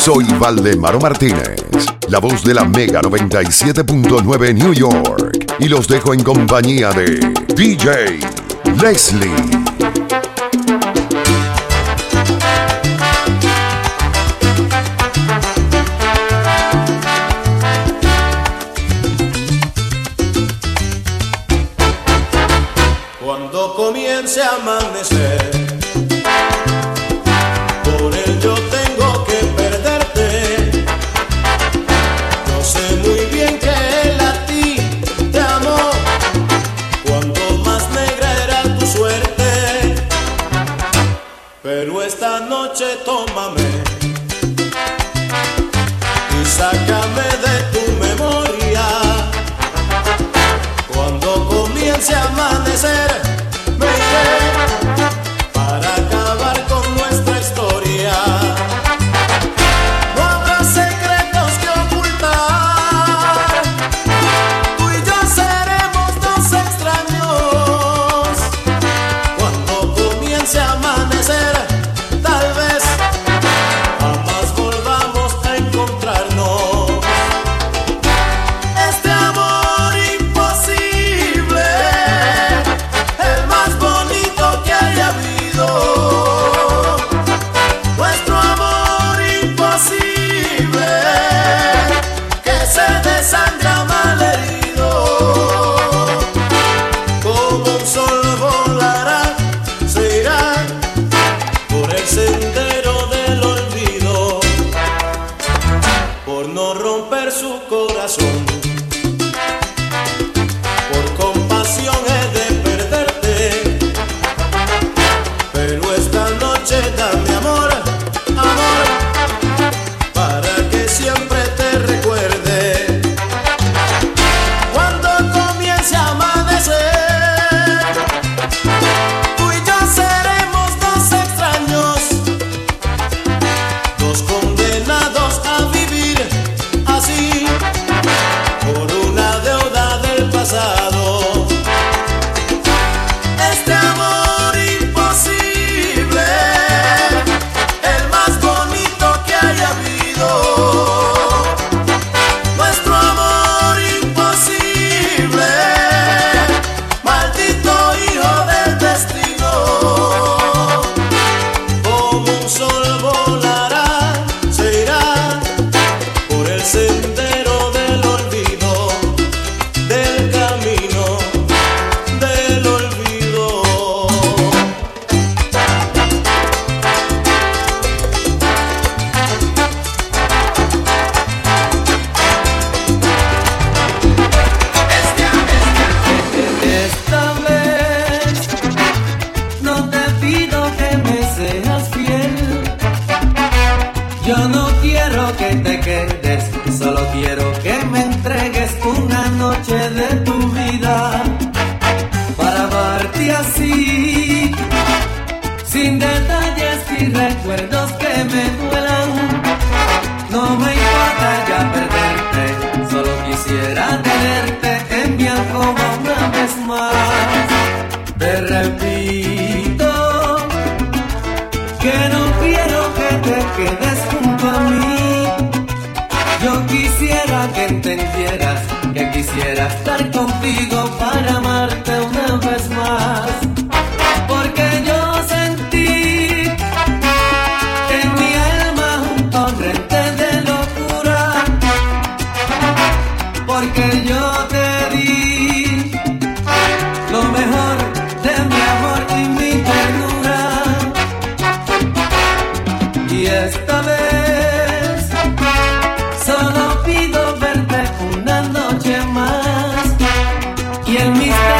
Soy Valdemaro Martínez, la voz de la Mega 97.9 New York, y los dejo en compañía de DJ Leslie. Cuando comience a amanecer, por él yo tengo que perderte. Yo sé muy bien que él a ti te amó, cuando más negra era tu suerte. Pero esta noche tómame y sácame de tu memoria. Cuando comience a amanecer, me iré para acabar con nuestra historia. No habrá secretos que ocultar, tú y yo seremos dos extraños. Cuando comience a amanecer, tal vez jamás volvamos a encontrarnos. Este amor imposible, el más bonito que haya habido. Nuestro amor imposible, que se desangra malherido. Como un sol volará, se irá por el sendero del olvido, por no romper su corazón. Por compasión he de perderte, pero esta noche dame amor, amor, para que siempre te recuerde. Cuando comience a amanecer, tú y yo seremos dos extraños, dos condenados a vivir así, por una deuda del pasado. Este amor imposible, el más bonito que haya habido. Nuestro amor imposible, maldito hijo del destino. Como un sol volará, se irá por el sendero del olvido, del camino del olvido. Esta vez no te pido que me seas fiel. Yo no quiero que te quedes, solo quiero que me entregues una noche de tu vida, para amarte así, sin detalles y recuerdos que me duelan. No me importa ya perderte, solo quisiera tenerte en mi alcoba una vez más. Te repito que no quiero que te quedes junto a mí. Yo quisiera que entendieras que quisiera estar contigo para amarte una vez más. Porque yo sentí en mi alma un torrente de locura, porque yo te di lo mejor de mi amor y mi ternura. Y esta vez solo pido verte una noche más, y el misterio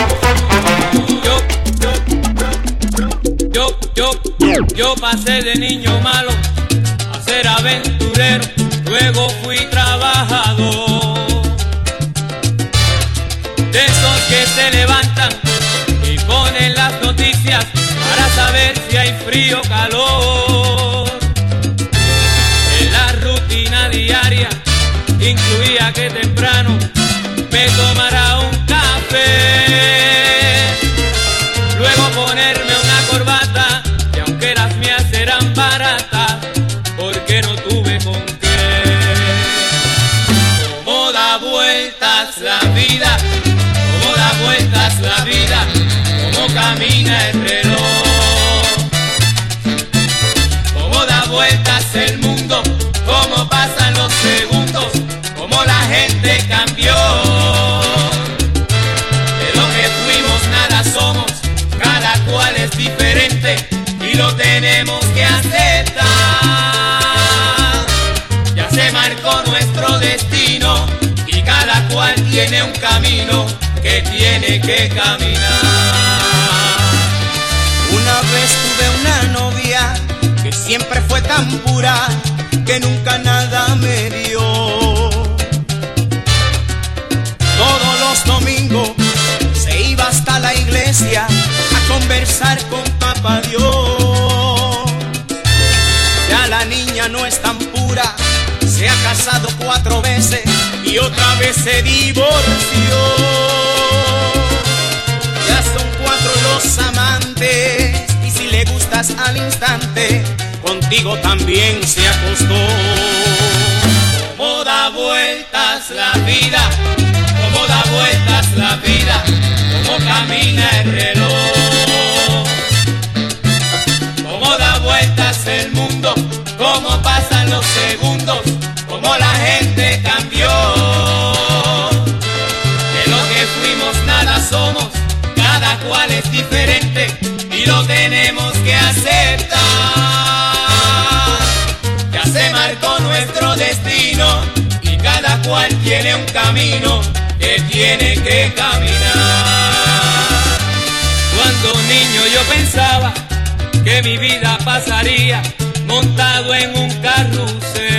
Yo pasé de niño malo a ser aventurero, luego fui trabajador. De esos que se levantan y ponen las noticias para saber si hay frío o calor. En la rutina diaria incluía que temprano me tomara un café, luego ponerme una corbata, y aunque las mías eran baratas, porque no tuve con qué. Cómo da vueltas la vida, cómo da vueltas la vida, cómo camina el reloj, cómo da vueltas el mundo, cómo pasan los segundos, cómo la gente cambió. De lo que fuimos nada somos, cada cual es diferente y lo tenemos que aceptar. Ya se marcó nuestro destino y cada cual tiene un camino que tiene que caminar. Una vez tuve una novia que siempre fue tan pura que nunca nada me dio. Todos los domingos se iba hasta la iglesia a conversar con Papá Dios. Ya la niña no es tan pura, se ha casado 4 veces y otra vez se divorció. Ya son 4 los amantes y si le gustas al instante, contigo también se acostó. Cómo da vueltas la vida, cómo da vueltas la vida, cómo camina el reloj, cómo da vueltas el mundo, cómo pasan los segundos, cómo la gente cambió. De lo que fuimos nada somos, cada cual es diferente y lo tenemos que aceptar. Ya se marcó nuestro destino y cada cual tiene un camino que tiene que caminar. Cuando niño yo pensaba que mi vida pasaría montado en un carrusel,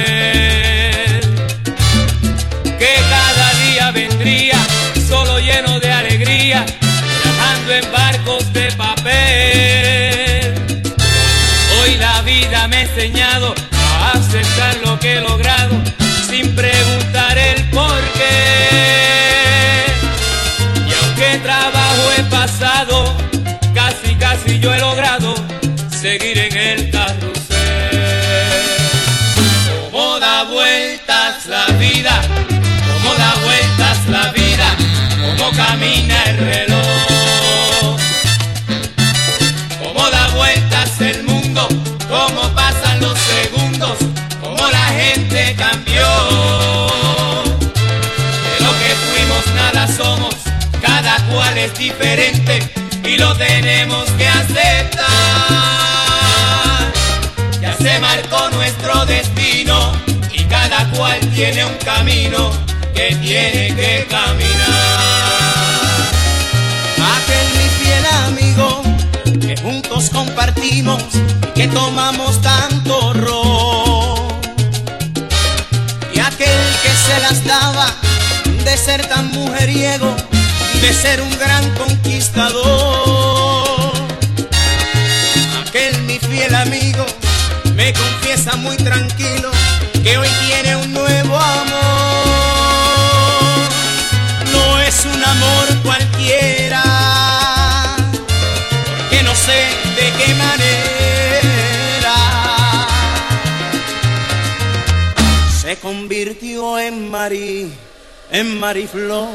que cada día vendría solo lleno de alegría, viajando en barcos de papel. Hoy la vida me ha enseñado a aceptar lo que he logrado sin preguntar el por qué. Y aunque trabajo he pasado, casi yo he logrado seguir en el carrusel. Cómo da vueltas la vida, cómo da vueltas la vida, cómo camina el reloj, cómo da vueltas el mundo, cómo pasan los segundos, cómo la gente cambió. De lo que fuimos nada somos, cada cual es diferente y lo tenemos que aceptar. Ya se marcó nuestro destino y cada cual tiene un camino que tiene que caminar. Aquel mi fiel amigo que juntos compartimos y que tomamos tanto ron, y aquel que se las daba de ser tan mujeriego, de ser un gran conquistador. Aquel mi fiel amigo me confiesa muy tranquilo que hoy tiene un nuevo amor. No es un amor cualquiera, porque no sé de qué manera se convirtió en Mariflor.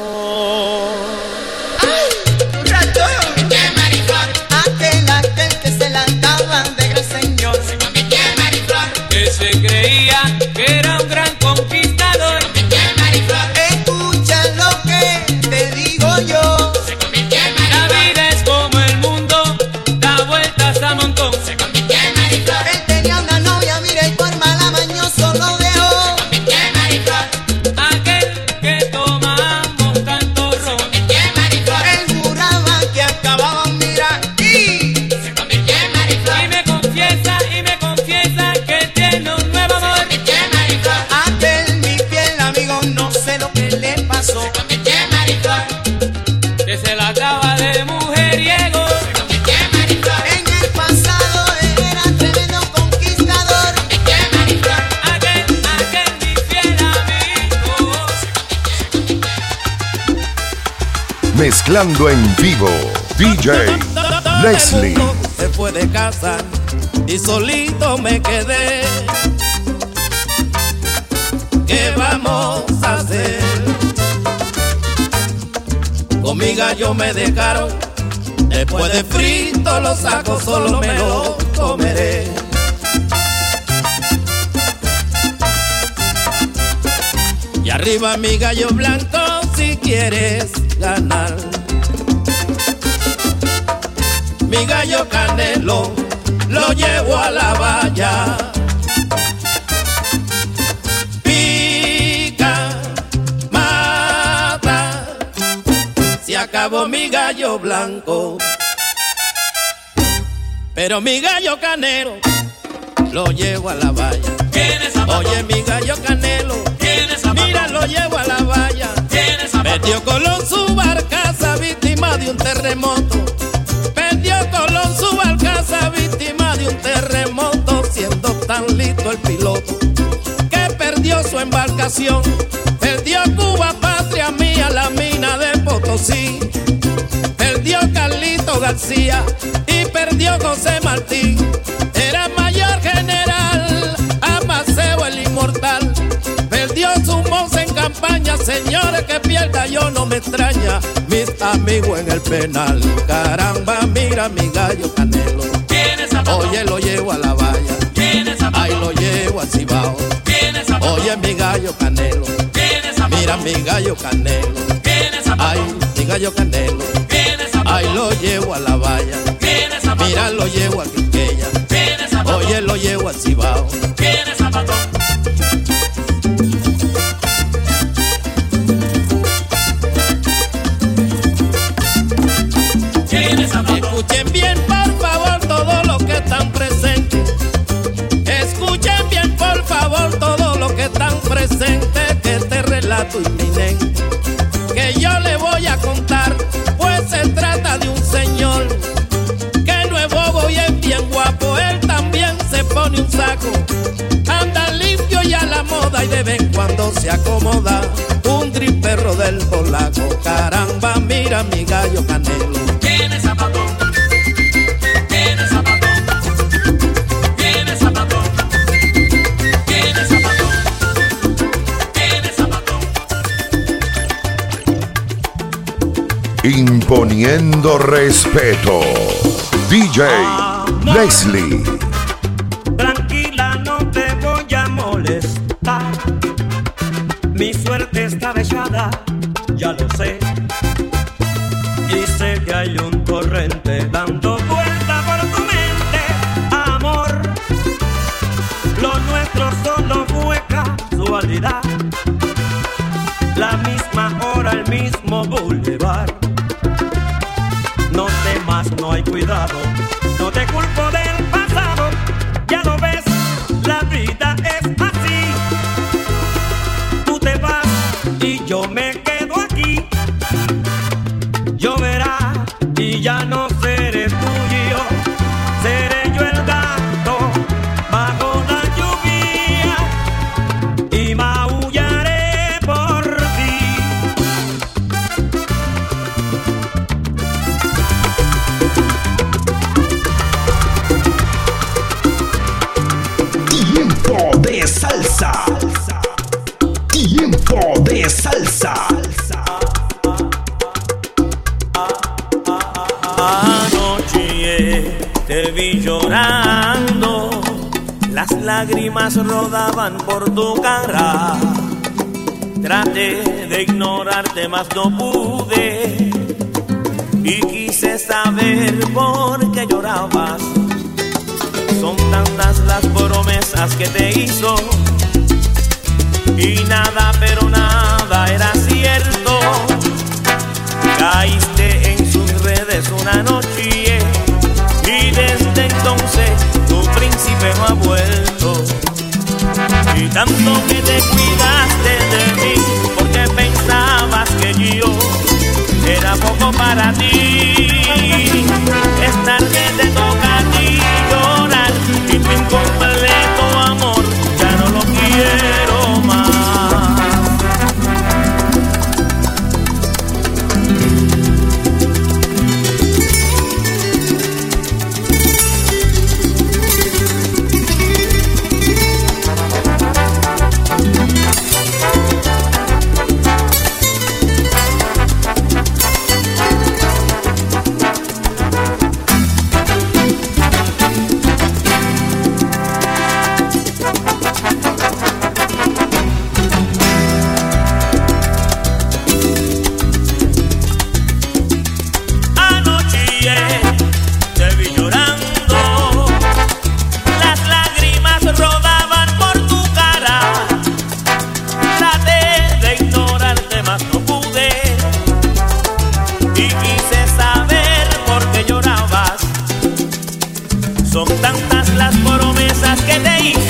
Aquel que se lanzaba de gran señor se convirtió en Mariflor. Que se creía que era un gran conquistador, se convirtió en Mariflor. Escucha lo que te digo yo, se convirtió en Mariflor. La vida es como el mundo, da vueltas a montón, se convirtió en Mariflor. Él tenía una novia, mira, y por mala mañoso lo dejó, se convirtió en Mariflor. Aquel que tomamos tanto ron, se convirtió en boca de mujeriego. En el pasado era tremendo conquistador. Aquel mi fiel amigo. Mezclando en vivo, DJ Leslie. Se fue de casa y solito me quedé. ¿Qué vamos a hacer? Con mi gallo me dejaron. Después de frito los saco, solo me lo comeré. Y arriba mi gallo blanco si quieres ganar. Mi gallo Canelo lo llevo a la valla. Pica, mata, se acabó mi gallo blanco. Pero mi gallo Canelo lo llevo a la valla. Oye, mi gallo Canelo, mira, lo llevo a la valla. Perdió Colón su barcaza, víctima de un terremoto. Perdió Colón su barcaza, víctima de un terremoto, siendo tan listo el piloto que perdió su embarcación. Perdió Cuba, patria mía, la mina de Potosí. Perdió Carlito García y perdió José Martí. Era mayor general Amaseo el inmortal. Perdió su moza en campaña, señores, que pierda yo no me extraña. Mis amigos en el penal, caramba, mira mi gallo Canelo. Oye, lo llevo a la valla. Ay, lo llevo al Cibao. Oye, mi gallo Canelo. Mira mi gallo Canelo. Ay, mi gallo Canelo. Ay, lo llevo a la valla. Mira, lo llevo a Quiqueya. Oye, lo llevo al Cibao. Escuchen bien, por favor, todos los que están presentes. Escuchen bien, por favor, todos los que están presentes, que este relato inminente que yo le voy a contar, pues se trata de un señor que no es bobo y es bien guapo. Él también se pone un saco, anda limpio y a la moda, y de vez en cuando se acomoda un perro del polaco. Caramba, mira mi gallo Canelo. Tiene zapatón, tiene zapatón, tiene zapatón, tiene zapatón, tiene zapatón. Imponiendo respeto, DJ Leslie. Tranquila, no te voy a molestar. Mi suerte está echada, ya lo sé. Y sé que hay un torrente dando vuelta por tu mente, amor. Lo nuestro solo fue casualidad. La misma hora, el mismo boulevard. No temas, no hay cuidado. No te culpo del pasado. Ya lo ves, la vida es así. Tú te vas y yo me quedo aquí. Lloverá y ya no seré tuyo, seré yo el gato bajo la lluvia y maullaré por ti. Tiempo de salsa. Tiempo de salsa. Anoche te vi llorando, las lágrimas rodaban por tu cara. Traté de ignorarte, mas no pude, y quise saber por qué llorabas. Son tantas las promesas que te hizo, y nada, pero nada era cierto. Caíste en sus redes una noche, y desde entonces tu príncipe no ha vuelto. Y tanto que te cuidaste de mí, porque pensabas que yo era poco para ti.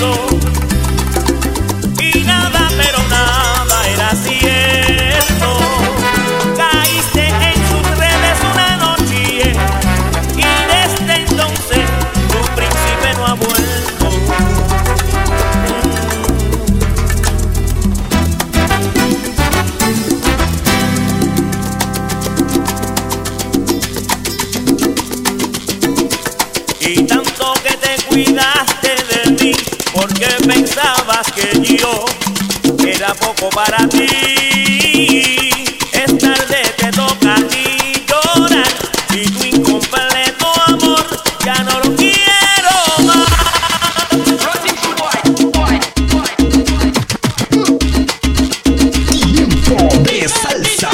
beso y nada, pero nada era cierto. Caíste en sus redes una noche y desde entonces tu príncipe no ha vuelto. Y tanto que te cuidaste de mí, porque pensabas que yo era poco para ti. Es tarde, te toca a ti llorar, y tu incompleto amor ya no lo quiero más. Tiempo de salsa.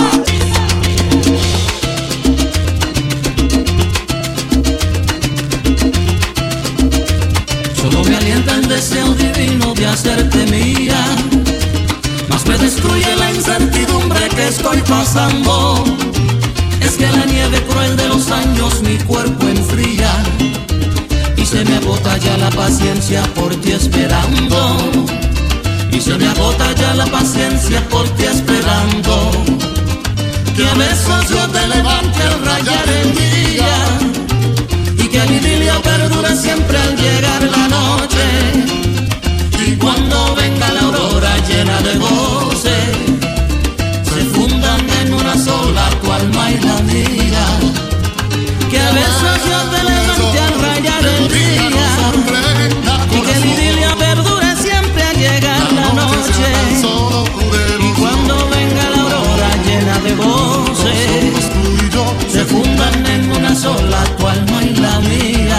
Solo me alienta el deseo divino de hacerte mía, más me destruye la incertidumbre que estoy pasando. Es que la nieve cruel de los años mi cuerpo enfría, y se me agota ya la paciencia por ti esperando. Y se me agota ya la paciencia por ti esperando. Que a besos yo te levante al rayar el día, y que el idilio perdure siempre al llegar la noche. Y cuando venga la aurora llena de goce, se fundan en una sola tu alma y la mía. Que a besos yo te levante al rayar el día, y que el idilio perdure siempre al llegar la noche. Y cuando venga la aurora llena de goce, se fundan en una sola tu alma y la mía.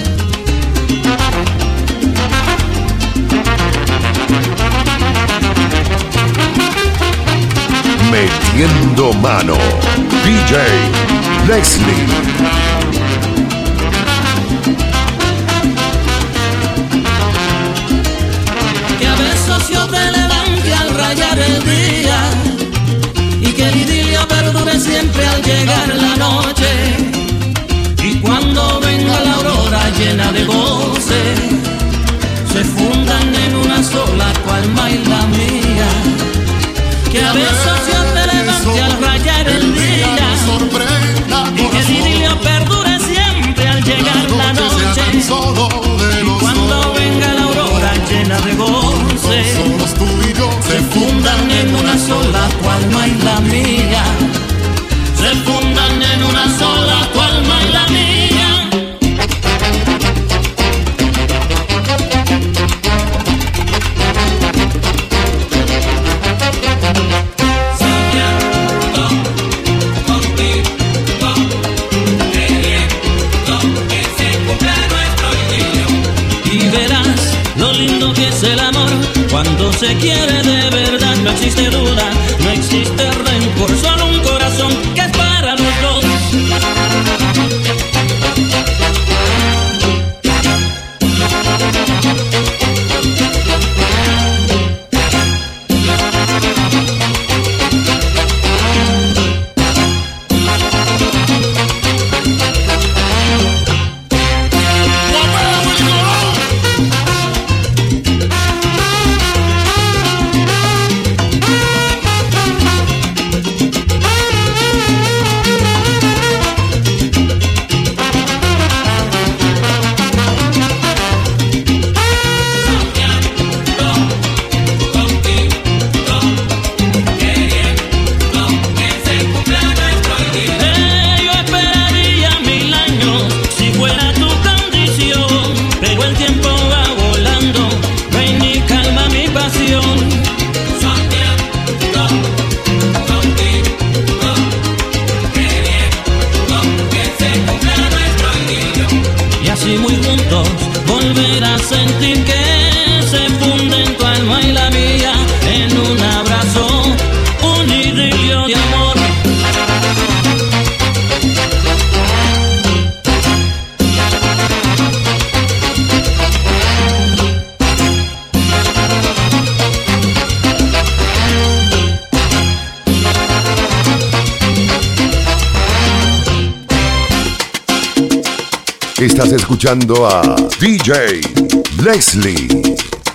Metiendo mano, DJ Leslie. Que a besos yo te levante al rayar el día, y que el idilio perdure siempre al llegar la noche. Y cuando venga la aurora llena de goce, se fundan en una sola tu alma y la mía. Que a besos yo te levante al rayar el día, y que el idilio perdure siempre al llegar la noche. Y cuando venga la aurora llena de goce, se fundan en una sola tu alma y la mía. Se fundan en una sola tu alma y la mía. Cuando se quiere de verdad no existe duda, no existe rencor, solo un corazón que es para los dos. Volver a sentir que se funden tu alma y la mía en un abrazo, un idilio de amor. Estás escuchando a DJ Leslie.